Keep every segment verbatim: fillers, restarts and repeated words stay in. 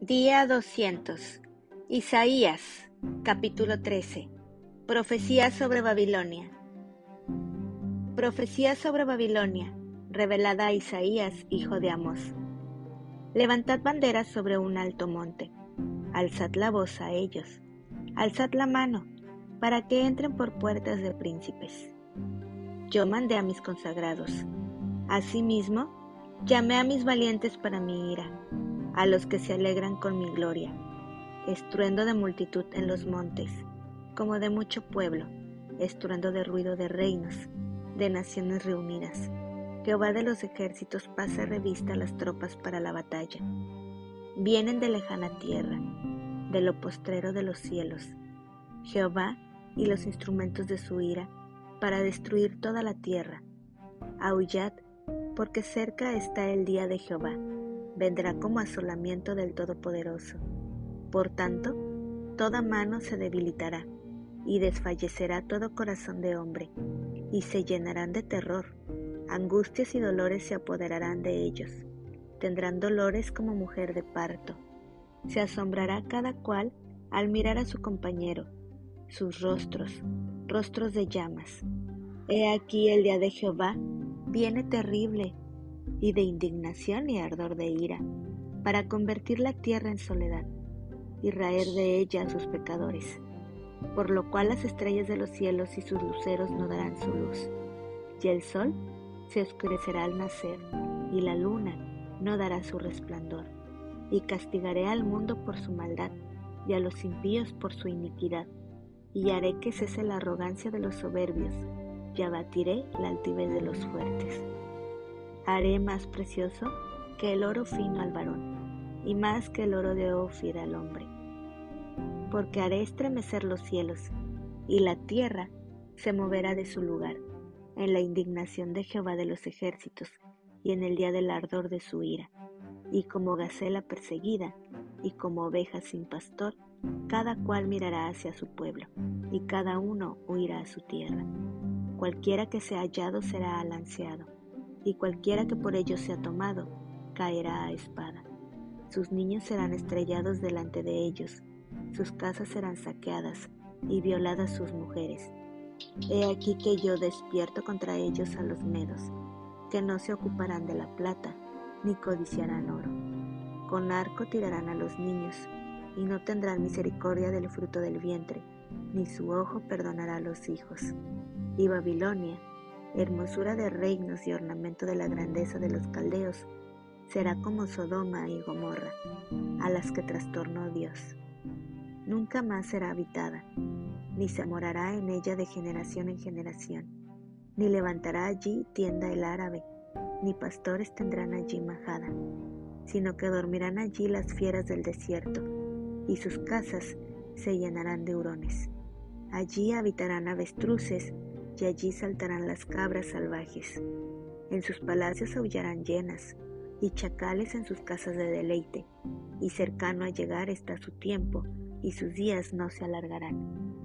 Día doscientos. Isaías, capítulo trece. Profecía sobre Babilonia. Profecía sobre Babilonia, revelada a Isaías, hijo de Amós. Levantad banderas sobre un alto monte, alzad la voz a ellos, alzad la mano, para que entren por puertas de príncipes. Yo mandé a mis consagrados, asimismo llamé a mis valientes para mi ira, a los que se alegran con mi gloria. Estruendo de multitud en los montes, como de mucho pueblo, estruendo de ruido de reinos, de naciones reunidas. Jehová de los ejércitos pasa revista a las tropas para la batalla. Vienen de lejana tierra, de lo postrero de los cielos, Jehová y los instrumentos de su ira, para destruir toda la tierra. Aullad, porque cerca está el día de Jehová, vendrá como asolamiento del Todopoderoso. Por tanto, toda mano se debilitará, y desfallecerá todo corazón de hombre, y se llenarán de terror. Angustias y dolores se apoderarán de ellos. Tendrán dolores como mujer de parto. Se asombrará cada cual al mirar a su compañero, sus rostros, rostros de llamas. He aquí el día de Jehová viene terrible, y de indignación y ardor de ira, para convertir la tierra en soledad, y raer de ella a sus pecadores, por lo cual las estrellas de los cielos y sus luceros no darán su luz, y el sol se oscurecerá al nacer, y la luna no dará su resplandor, y castigaré al mundo por su maldad, y a los impíos por su iniquidad, y haré que cese la arrogancia de los soberbios, y abatiré la altivez de los fuertes. Haré más precioso que el oro fino al varón, y más que el oro de Ofir al hombre. Porque haré estremecer los cielos, y la tierra se moverá de su lugar, en la indignación de Jehová de los ejércitos, y en el día del ardor de su ira. Y como gacela perseguida, y como oveja sin pastor, cada cual mirará hacia su pueblo, y cada uno huirá a su tierra. Cualquiera que sea hallado será alanceado, y cualquiera que por ellos sea tomado, caerá a espada. Sus niños serán estrellados delante de ellos, sus casas serán saqueadas, y violadas sus mujeres. He aquí que yo despierto contra ellos a los medos, que no se ocuparán de la plata, ni codiciarán oro. Con arco tirarán a los niños, y no tendrán misericordia del fruto del vientre, ni su ojo perdonará a los hijos. Y Babilonia, hermosura de reinos y ornamento de la grandeza de los caldeos, será como Sodoma y Gomorra, a las que trastornó Dios. Nunca más será habitada, ni se morará en ella de generación en generación, ni levantará allí tienda el árabe, ni pastores tendrán allí majada, sino que dormirán allí las fieras del desierto, y sus casas se llenarán de hurones. Allí habitarán avestruces, y allí saltarán las cabras salvajes. En sus palacios aullarán hienas, y chacales en sus casas de deleite, y cercano a llegar está su tiempo, y sus días no se alargarán.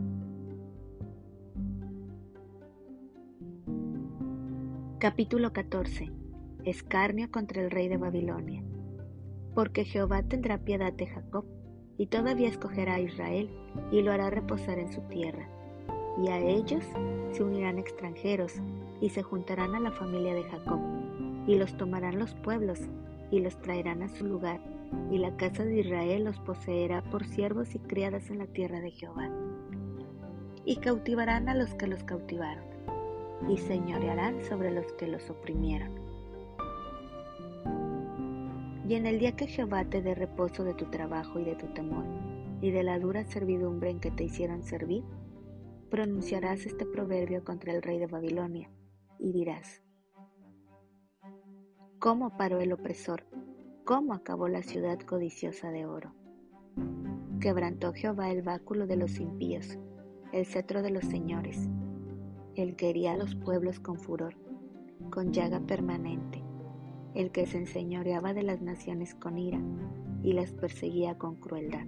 Capítulo catorce. Escarnio contra el rey de Babilonia. Porque Jehová tendrá piedad de Jacob, y todavía escogerá a Israel, y lo hará reposar en su tierra. Y a ellos se unirán extranjeros, y se juntarán a la familia de Jacob, y los tomarán los pueblos, y los traerán a su lugar, y la casa de Israel los poseerá por siervos y criadas en la tierra de Jehová. Y cautivarán a los que los cautivaron, y señorearán sobre los que los oprimieron. Y en el día que Jehová te dé reposo de tu trabajo y de tu temor, y de la dura servidumbre en que te hicieron servir, pronunciarás este proverbio contra el rey de Babilonia, y dirás: ¿Cómo paró el opresor? ¿Cómo acabó la ciudad codiciosa de oro? Quebrantó Jehová el báculo de los impíos, el cetro de los señores, el que hería a los pueblos con furor, con llaga permanente, el que se enseñoreaba de las naciones con ira, y las perseguía con crueldad.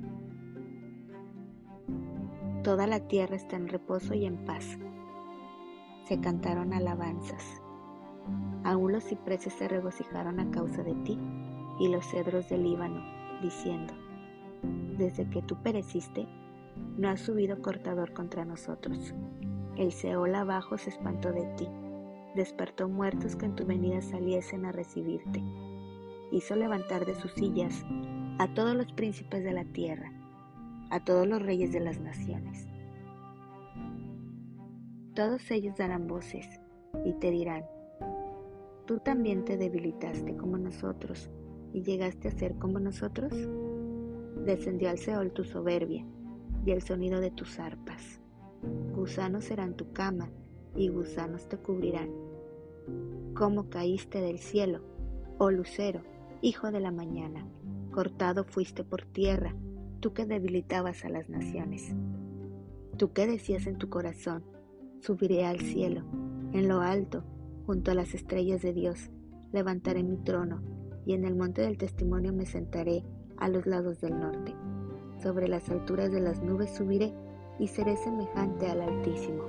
Toda la tierra está en reposo y en paz. Se cantaron alabanzas. Aún los cipreses se regocijaron a causa de ti, y los cedros del Líbano, diciendo: Desde que tú pereciste, no ha subido cortador contra nosotros. El Seol abajo se espantó de ti, despertó muertos que en tu venida saliesen a recibirte. Hizo levantar de sus sillas a todos los príncipes de la tierra, a todos los reyes de las naciones. Todos ellos darán voces y te dirán: ¿tú también te debilitaste como nosotros y llegaste a ser como nosotros? Descendió al Seol tu soberbia y el sonido de tus arpas. Gusanos serán tu cama y gusanos te cubrirán. ¿Cómo caíste del cielo, oh lucero, hijo de la mañana? Cortado fuiste por tierra, tú que debilitabas a las naciones. Tú que decías en tu corazón: subiré al cielo, en lo alto, junto a las estrellas de Dios, levantaré mi trono, y en el monte del testimonio me sentaré a los lados del norte. Sobre las alturas de las nubes subiré, y seré semejante al Altísimo.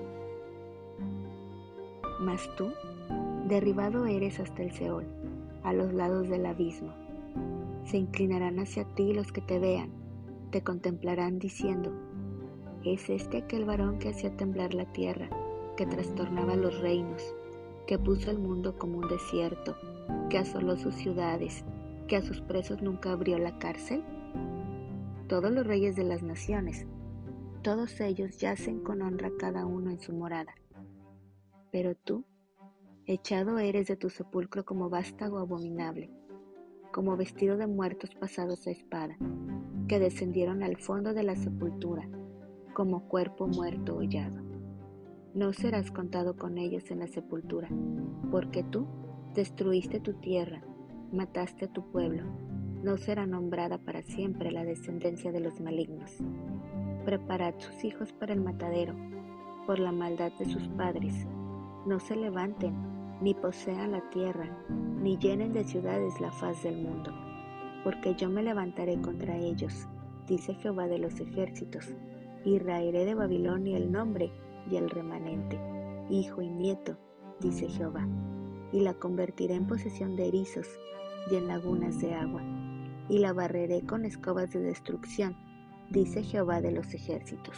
Mas tú, derribado eres hasta el Seol, a los lados del abismo. Se inclinarán hacia ti los que te vean, te contemplarán diciendo: ¿es este aquel varón que hacía temblar la tierra, que trastornaba los reinos, que puso el mundo como un desierto, que asoló sus ciudades, que a sus presos nunca abrió la cárcel? Todos los reyes de las naciones, todos ellos yacen con honra cada uno en su morada. Pero tú, echado eres de tu sepulcro como vástago abominable, como vestido de muertos pasados a espada, que descendieron al fondo de la sepultura, como cuerpo muerto hollado. No serás contado con ellos en la sepultura, porque tú destruiste tu tierra, mataste a tu pueblo. No será nombrada para siempre la descendencia de los malignos. Preparad sus hijos para el matadero, por la maldad de sus padres. No se levanten, ni posean la tierra, ni llenen de ciudades la faz del mundo, porque yo me levantaré contra ellos, dice Jehová de los ejércitos, y raeré de Babilonia el nombre y el remanente, hijo y nieto, dice Jehová, y la convertiré en posesión de erizos y en lagunas de agua, y la barreré con escobas de destrucción, dice Jehová de los ejércitos.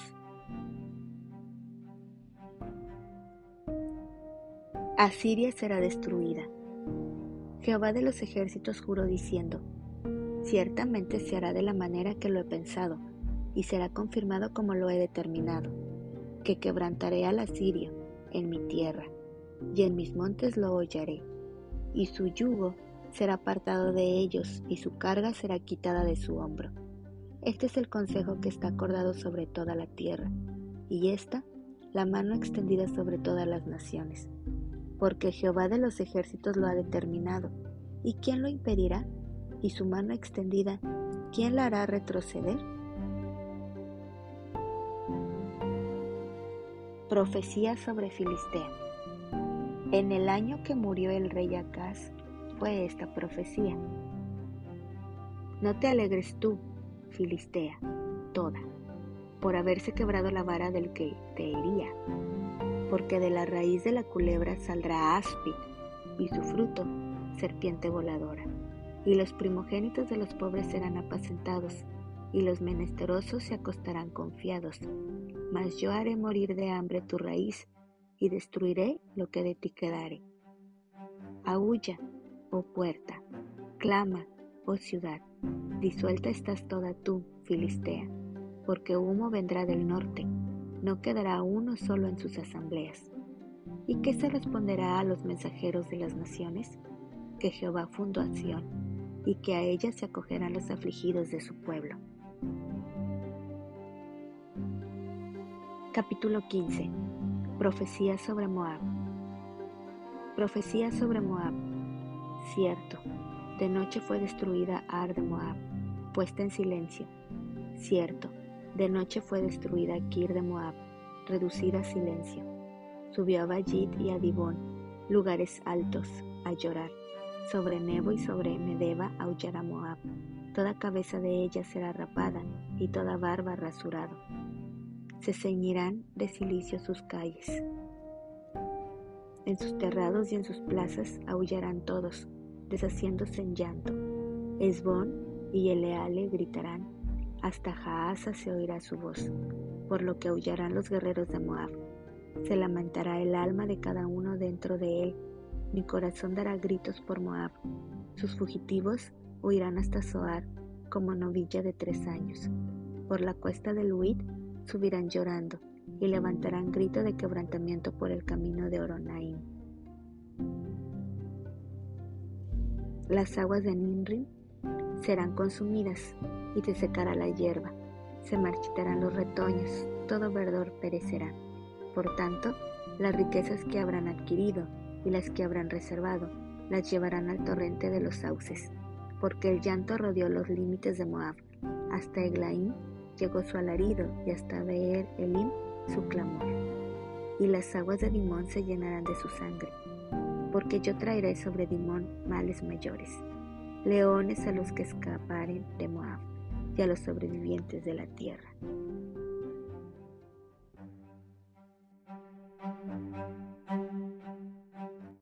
Asiria será destruida. Jehová de los ejércitos juró diciendo: ciertamente se hará de la manera que lo he pensado, y será confirmado como lo he determinado, que quebrantaré al asirio en mi tierra, y en mis montes lo hollaré, y su yugo será apartado de ellos, y su carga será quitada de su hombro. Este es el consejo que está acordado sobre toda la tierra, y esta la mano extendida sobre todas las naciones, porque Jehová de los ejércitos lo ha determinado, ¿y quién lo impedirá? Y su mano extendida, ¿quién la hará retroceder? Profecía sobre Filistea. En el año que murió el rey Acaz fue esta profecía: no te alegres tú, Filistea, toda, por haberse quebrado la vara del que te hería, porque de la raíz de la culebra saldrá áspid, y su fruto serpiente voladora, y los primogénitos de los pobres serán apacentados, y los menesterosos se acostarán confiados. Mas yo haré morir de hambre tu raíz, y destruiré lo que de ti quedare. Aúlla, oh puerta, clama, oh ciudad, disuelta estás toda tú, Filistea, porque humo vendrá del norte, no quedará uno solo en sus asambleas. ¿Y qué se responderá a los mensajeros de las naciones? Que Jehová fundó a Sión, y que a ella se acogerán los afligidos de su pueblo. Capítulo quince. Profecía sobre Moab. Profecía sobre Moab. Cierto, de noche fue destruida Ar de Moab, puesta en silencio. Cierto, de noche fue destruida Kir de Moab, reducida a silencio. Subió a Bayit y a Dibón, lugares altos, a llorar. Sobre Nebo y sobre Medeba aullará Moab. Toda cabeza de ella será rapada y toda barba rasurado. Se ceñirán de cilicio sus calles. En sus terrados y en sus plazas aullarán todos, deshaciéndose en llanto. Hesbón y Eleale gritarán, hasta Jahaza se oirá su voz, por lo que aullarán los guerreros de Moab. Se lamentará el alma de cada uno dentro de él, mi corazón dará gritos por Moab. Sus fugitivos huirán hasta Zoar como novilla de tres años. Por la cuesta del Luid subirán llorando y levantarán grito de quebrantamiento por el camino de Horonaim. Las aguas de Nimrim serán consumidas y se secará la hierba, se marchitarán los retoños, todo verdor perecerá. Por tanto, las riquezas que habrán adquirido y las que habrán reservado, las llevarán al torrente de los sauces, porque el llanto rodeó los límites de Moab, hasta Eglaim llegó su alarido y hasta Beer Elim su clamor. Y las aguas de Dimón se llenarán de su sangre, porque yo traeré sobre Dimón males mayores, leones a los que escaparen de Moab y a los sobrevivientes de la tierra.